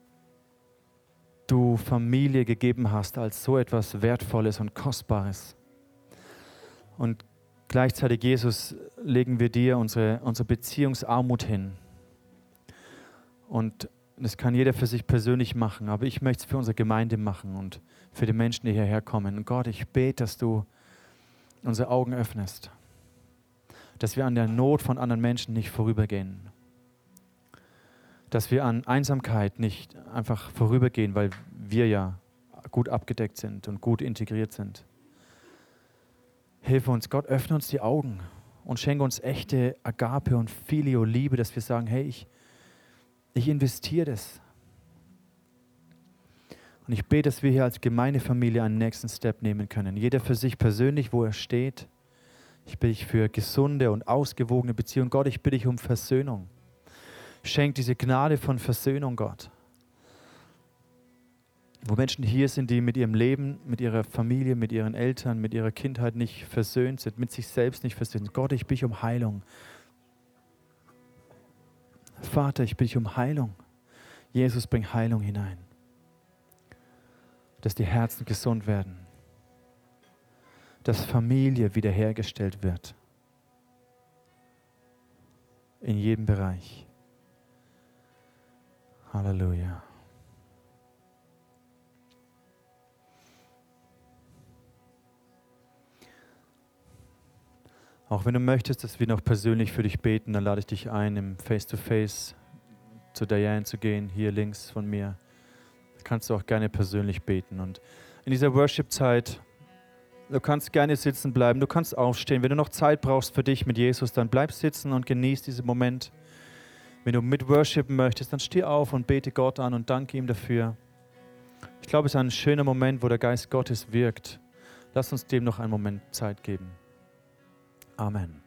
du Familie gegeben hast als so etwas Wertvolles und Kostbares. Und gleichzeitig, Jesus, legen wir dir unsere, unsere Beziehungsarmut hin. Und das kann jeder für sich persönlich machen, aber ich möchte es für unsere Gemeinde machen und für die Menschen, die hierher kommen. Und Gott, ich bete, dass du unsere Augen öffnest, dass wir an der Not von anderen Menschen nicht vorübergehen, dass wir an Einsamkeit nicht einfach vorübergehen, weil wir ja gut abgedeckt sind und gut integriert sind. Hilfe uns, Gott, öffne uns die Augen und schenke uns echte Agape und Filio Liebe, dass wir sagen, hey, ich, ich investiere das. Und ich bete, dass wir hier als Gemeindefamilie einen nächsten Step nehmen können. Jeder für sich persönlich, wo er steht. Ich bitte dich für gesunde und ausgewogene Beziehungen. Gott, ich bitte dich um Versöhnung. Schenk diese Gnade von Versöhnung, Gott. Wo Menschen hier sind, die mit ihrem Leben, mit ihrer Familie, mit ihren Eltern, mit ihrer Kindheit nicht versöhnt sind, mit sich selbst nicht versöhnt sind. Gott, ich bitte dich um Heilung. Vater, ich bitte dich um Heilung. Jesus, bring Heilung hinein. Dass die Herzen gesund werden. Dass Familie wiederhergestellt wird. In jedem Bereich. Halleluja. Auch wenn du möchtest, dass wir noch persönlich für dich beten, dann lade ich dich ein, im Face-to-Face zu Diane zu gehen, hier links von mir. Da kannst du auch gerne persönlich beten. Und in dieser Worship-Zeit, du kannst gerne sitzen bleiben, du kannst aufstehen. Wenn du noch Zeit brauchst für dich mit Jesus, dann bleib sitzen und genieß diesen Moment. Wenn du mit worshipen möchtest, dann steh auf und bete Gott an und danke ihm dafür. Ich glaube, es ist ein schöner Moment, wo der Geist Gottes wirkt. Lass uns dem noch einen Moment Zeit geben. Amen.